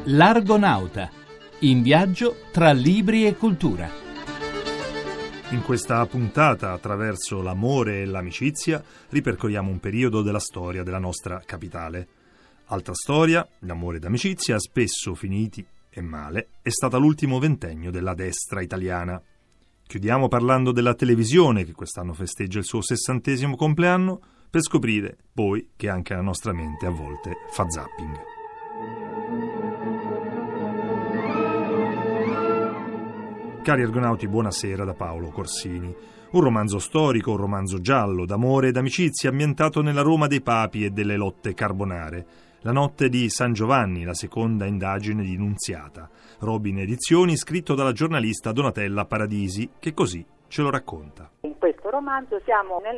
L'Argonauta, in viaggio tra libri e cultura. In questa puntata, attraverso l'amore e l'amicizia, ripercorriamo un periodo della storia della nostra capitale. Altra storia, l'amore ed amicizia, spesso finiti e male, è stata l'ultimo ventennio della destra italiana. Chiudiamo parlando della televisione, che quest'anno festeggia il suo 60° compleanno, per scoprire poi che anche la nostra mente a volte fa zapping. Cari argonauti, buonasera da Paolo Corsini. Un romanzo storico, un romanzo giallo, d'amore ed amicizia ambientato nella Roma dei papi e delle lotte carbonare. La notte di San Giovanni, la seconda indagine di Nunziata. Robin Edizioni, scritto dalla giornalista Donatella Paradisi, che così ce lo racconta. In questo romanzo siamo nel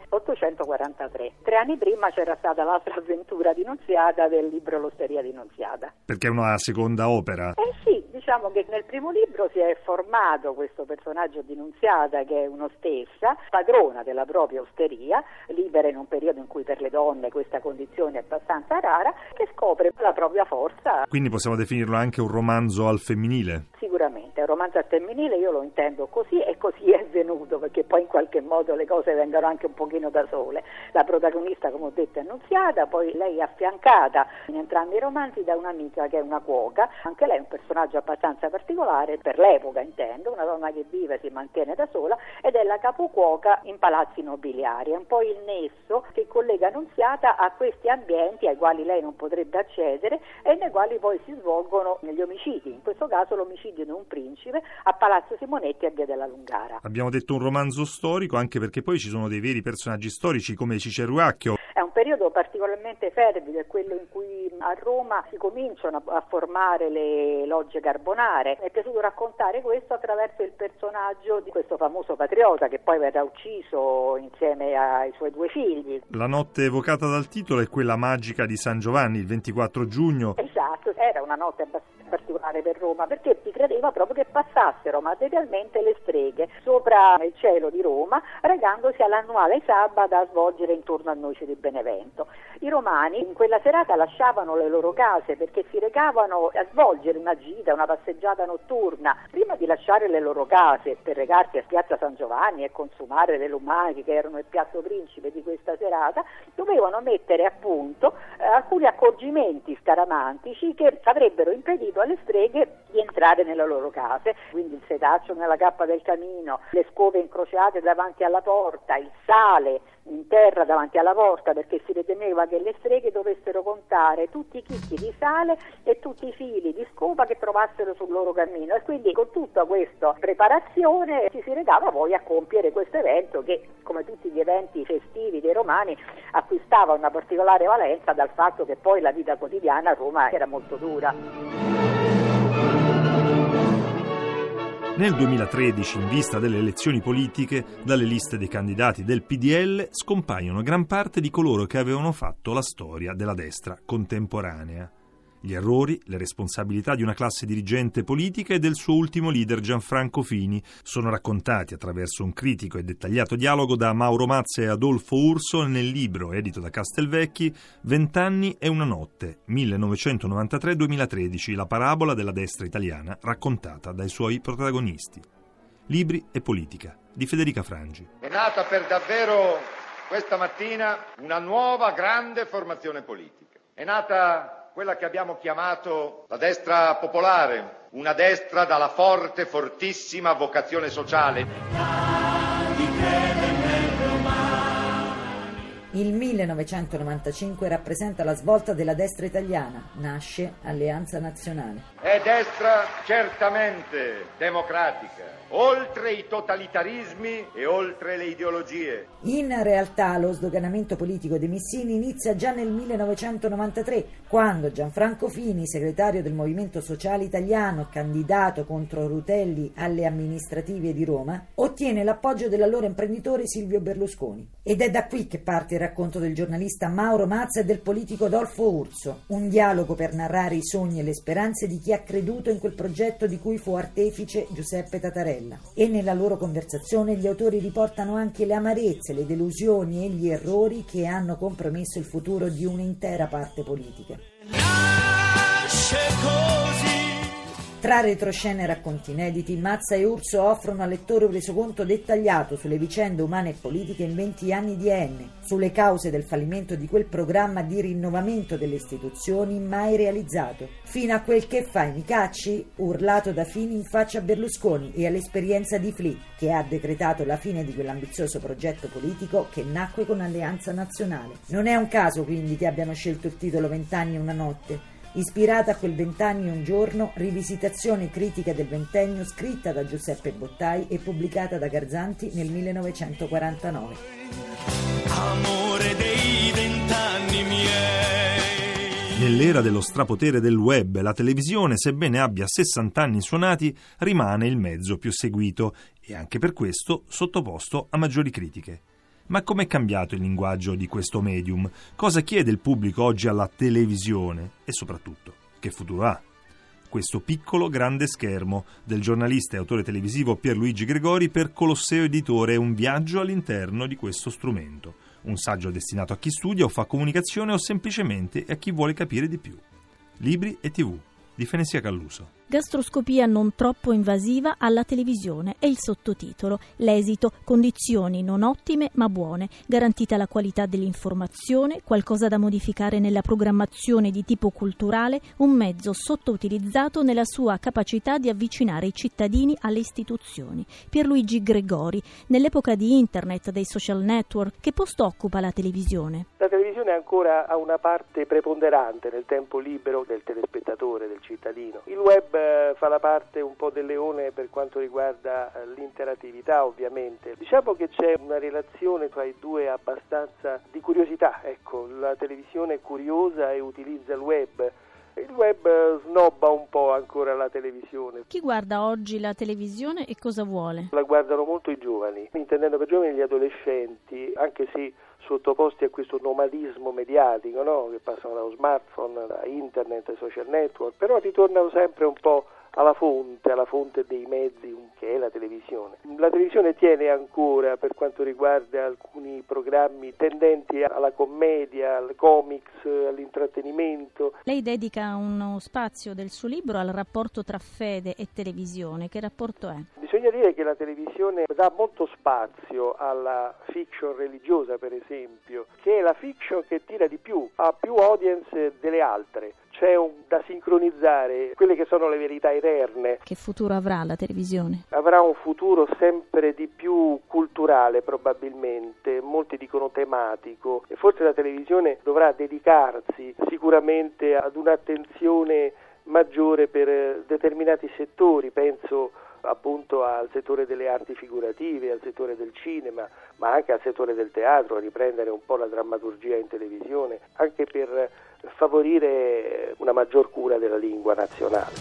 1843. 3 anni prima c'era stata l'altra avventura di Nunziata del libro L'osteria di Nunziata. Perché è una seconda opera? Sì, diciamo che nel primo libro si è formato questo personaggio di Nunziata, che è un'ostessa, padrona della propria osteria, libera in un periodo in cui per le donne questa condizione è abbastanza rara, che scopre la propria forza. Quindi possiamo definirlo anche un romanzo al femminile? Sicuramente, un romanzo al femminile io lo intendo così, e così è venuto, perché poi in qualche modo le cose vengono anche un pochino da sole. La protagonista, come ho detto, è Nunziata, poi lei è affiancata in entrambi i romanzi da un'amica che è una cuoca. Anche lei è un personaggio abbastanza particolare, per l'epoca intendo, una donna che vive e si mantiene da sola ed è la capocuoca in palazzi nobiliari. È un po' il nesso che collega Nunziata a questi ambienti ai quali lei non potrebbe accedere e nei quali poi si svolgono gli omicidi, in questo caso l'omicidio di un principe a Palazzo Simonetti a Via della Lungara. Abbiamo detto un romanzo storico anche perché poi ci sono dei veri personaggi storici come Ciceruacchio. È un periodo particolarmente fervido, è quello in cui a Roma si cominciano a formare le logge carbonare. Mi è piaciuto raccontare questo attraverso il personaggio di questo famoso patriota che poi verrà ucciso insieme ai suoi 2 figli. La notte evocata dal titolo è quella magica di San Giovanni, il 24 giugno. Esatto, era una notte particolare per Roma perché si credeva proprio che passassero materialmente le streghe sopra il cielo di Roma, regandosi all'annuale sabba da svolgere intorno a Noce di Benevento. I romani in quella serata lasciavano le loro case perché si recavano a svolgere una gita, una passeggiata notturna. Prima di lasciare le loro case per recarsi a Piazza San Giovanni e consumare le lumache, che erano il piatto principe di questa serata, dovevano mettere a punto alcuni accorgimenti scaramantici che avrebbero impedito alle streghe di entrare nelle loro case, quindi il setaccio nella cappa del camino, le scove incrociate davanti alla porta, il sale in terra davanti alla porta, perché si riteneva che le streghe dovessero contare tutti i chicchi di sale e tutti i fili di scopa che trovassero sul loro cammino, e quindi con tutta questa preparazione ci si recava poi a compiere questo evento che, come tutti gli eventi festivi dei romani, acquistava una particolare valenza dal fatto che poi la vita quotidiana a Roma era molto dura. Nel 2013, in vista delle elezioni politiche, dalle liste dei candidati del PDL scompaiono gran parte di coloro che avevano fatto la storia della destra contemporanea. Gli errori, le responsabilità di una classe dirigente politica e del suo ultimo leader Gianfranco Fini sono raccontati attraverso un critico e dettagliato dialogo da Mauro Mazza e Adolfo Urso nel libro edito da Castelvecchi 20 anni e una notte, 1993-2013, la parabola della destra italiana raccontata dai suoi protagonisti. Libri e politica di Federica Frangi. È nata per davvero questa mattina una nuova grande formazione politica. È nata quella che abbiamo chiamato la destra popolare, una destra dalla forte, fortissima vocazione sociale. Il 1995 rappresenta la svolta della destra italiana, nasce Alleanza Nazionale. È destra certamente democratica, oltre i totalitarismi e oltre le ideologie. In realtà lo sdoganamento politico dei Missini inizia già nel 1993, quando Gianfranco Fini, segretario del Movimento Sociale Italiano, candidato contro Rutelli alle amministrative di Roma, ottiene l'appoggio dell'allora imprenditore Silvio Berlusconi. Ed è da qui che parte il racconto del giornalista Mauro Mazza e del politico Adolfo Urso, un dialogo per narrare i sogni e le speranze di chi ha creduto in quel progetto di cui fu artefice Giuseppe Tatarella. E nella loro conversazione gli autori riportano anche le amarezze, le delusioni e gli errori che hanno compromesso il futuro di un'intera parte politica. finisce così. Tra retroscene e racconti inediti, Mazza e Urso offrono al lettore un resoconto dettagliato sulle vicende umane e politiche in 20 anni di EN, sulle cause del fallimento di quel programma di rinnovamento delle istituzioni mai realizzato, fino a quel che fa i Micacci, urlato da Fini in faccia a Berlusconi, e all'esperienza di Flick, che ha decretato la fine di quell'ambizioso progetto politico che nacque con Alleanza Nazionale. Non è un caso quindi che abbiano scelto il titolo 20 anni e una notte, ispirata a quel 20 anni e un giorno, rivisitazione critica del ventennio scritta da Giuseppe Bottai e pubblicata da Garzanti nel 1949. Amore dei 20 anni miei. Nell'era dello strapotere del web, la televisione, sebbene abbia 60 anni suonati, rimane il mezzo più seguito e anche per questo sottoposto a maggiori critiche. Ma com'è cambiato il linguaggio di questo medium? Cosa chiede il pubblico oggi alla televisione? E soprattutto, che futuro ha? Questo piccolo grande schermo del giornalista e autore televisivo Pierluigi Gregori per Colosseo Editore è un viaggio all'interno di questo strumento. Un saggio destinato a chi studia o fa comunicazione o semplicemente a chi vuole capire di più. Libri e TV di Fenezia Calluso. Gastroscopia non troppo invasiva alla televisione è il sottotitolo. L'esito: condizioni non ottime ma buone, garantita la qualità dell'informazione, qualcosa da modificare nella programmazione di tipo culturale, un mezzo sottoutilizzato nella sua capacità di avvicinare i cittadini alle istituzioni. Pierluigi Gregori, nell'epoca di internet, dei social network, che posto occupa la televisione? La televisione ancora ha una parte preponderante nel tempo libero del telespettatore, del cittadino. Il web fa la parte un po' del leone per quanto riguarda l'interattività, ovviamente. Diciamo che c'è una relazione tra i due abbastanza di curiosità. Ecco, la televisione è curiosa e utilizza il web. Il web snobba un po' ancora la televisione. Chi guarda oggi la televisione e cosa vuole? La guardano molto i giovani, intendendo per giovani gli adolescenti, anche se sottoposti a questo nomadismo mediatico, no? Che passano dallo smartphone, da internet, ai social network, però ritornano sempre un po' alla fonte dei mezzi che è la televisione. La televisione tiene ancora, per quanto riguarda alcuni programmi tendenti alla commedia, al comics, all'intrattenimento. Lei dedica uno spazio del suo libro al rapporto tra fede e televisione. Che rapporto è? Bisogna dire che la televisione dà molto spazio alla fiction religiosa, per esempio, che è la fiction che tira di più, ha più audience delle altre. C'è da sincronizzare quelle che sono le verità eterne. Che futuro avrà la televisione? Avrà un futuro sempre di più culturale, probabilmente, molti dicono tematico, e forse la televisione dovrà dedicarsi sicuramente ad un'attenzione maggiore per determinati settori, penso appunto al settore delle arti figurative, al settore del cinema, ma anche al settore del teatro, a riprendere un po' la drammaturgia in televisione, anche per favorire una maggior cura della lingua nazionale.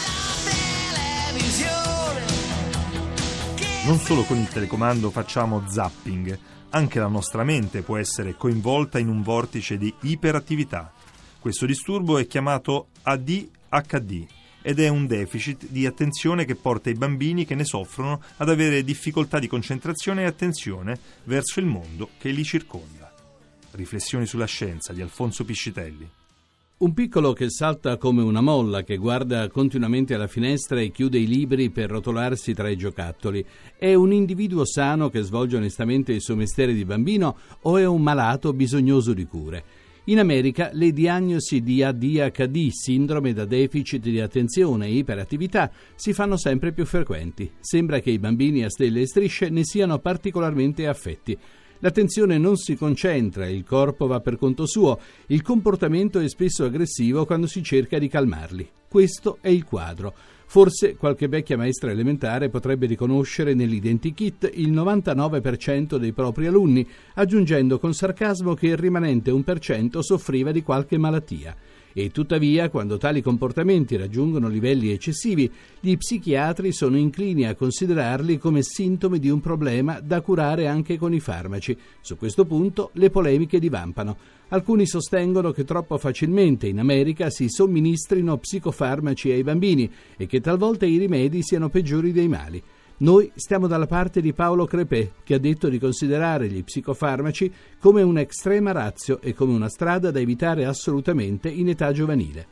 Non solo con il telecomando facciamo zapping, anche la nostra mente può essere coinvolta in un vortice di iperattività. Questo disturbo è chiamato ADHD ed è un deficit di attenzione che porta i bambini che ne soffrono ad avere difficoltà di concentrazione e attenzione verso il mondo che li circonda. Riflessioni sulla scienza di Alfonso Piscitelli. Un piccolo che salta come una molla, che guarda continuamente alla finestra e chiude i libri per rotolarsi tra i giocattoli, è un individuo sano che svolge onestamente il suo mestiere di bambino o è un malato bisognoso di cure? In America le diagnosi di ADHD, sindrome da deficit di attenzione e iperattività, si fanno sempre più frequenti. Sembra che i bambini a stelle e strisce ne siano particolarmente affetti. L'attenzione non si concentra, il corpo va per conto suo, il comportamento è spesso aggressivo quando si cerca di calmarli. Questo è il quadro. Forse qualche vecchia maestra elementare potrebbe riconoscere nell'identikit il 99% dei propri alunni, aggiungendo con sarcasmo che il rimanente 1% soffriva di qualche malattia. E tuttavia, quando tali comportamenti raggiungono livelli eccessivi, gli psichiatri sono inclini a considerarli come sintomi di un problema da curare anche con i farmaci. Su questo punto le polemiche divampano. Alcuni sostengono che troppo facilmente in America si somministrino psicofarmaci ai bambini e che talvolta i rimedi siano peggiori dei mali. Noi stiamo dalla parte di Paolo Crepè, che ha detto di considerare gli psicofarmaci come una extrema ratio e come una strada da evitare assolutamente in età giovanile.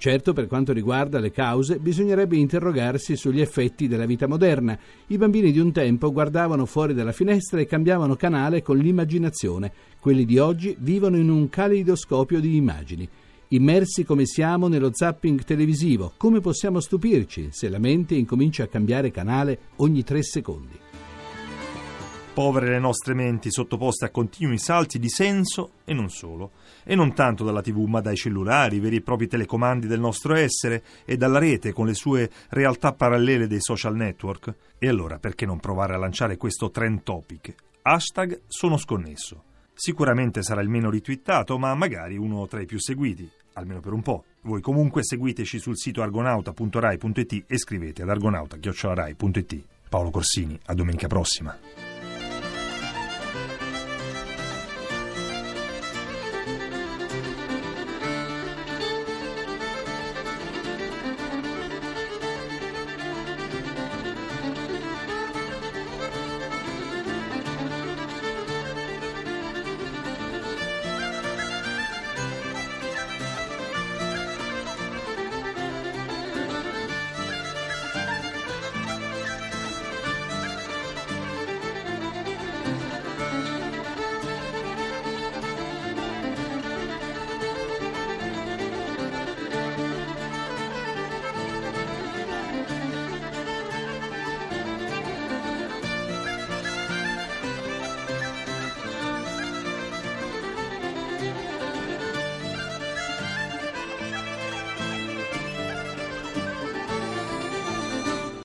Certo, per quanto riguarda le cause, bisognerebbe interrogarsi sugli effetti della vita moderna. I bambini di un tempo guardavano fuori dalla finestra e cambiavano canale con l'immaginazione. Quelli di oggi vivono in un caleidoscopio di immagini. Immersi come siamo nello zapping televisivo, come possiamo stupirci se la mente incomincia a cambiare canale ogni 3 secondi? Povere le nostre menti sottoposte a continui salti di senso e non solo. E non tanto dalla TV, ma dai cellulari, veri e propri telecomandi del nostro essere, e dalla rete con le sue realtà parallele dei social network. E allora perché non provare a lanciare questo trend topic? #sono sconnesso. Sicuramente sarà il meno ritwittato, ma magari uno tra i più seguiti, almeno per un po'. Voi comunque seguiteci sul sito argonauta.rai.it e scrivete ad argonauta@rai.it. Paolo Corsini, a domenica prossima.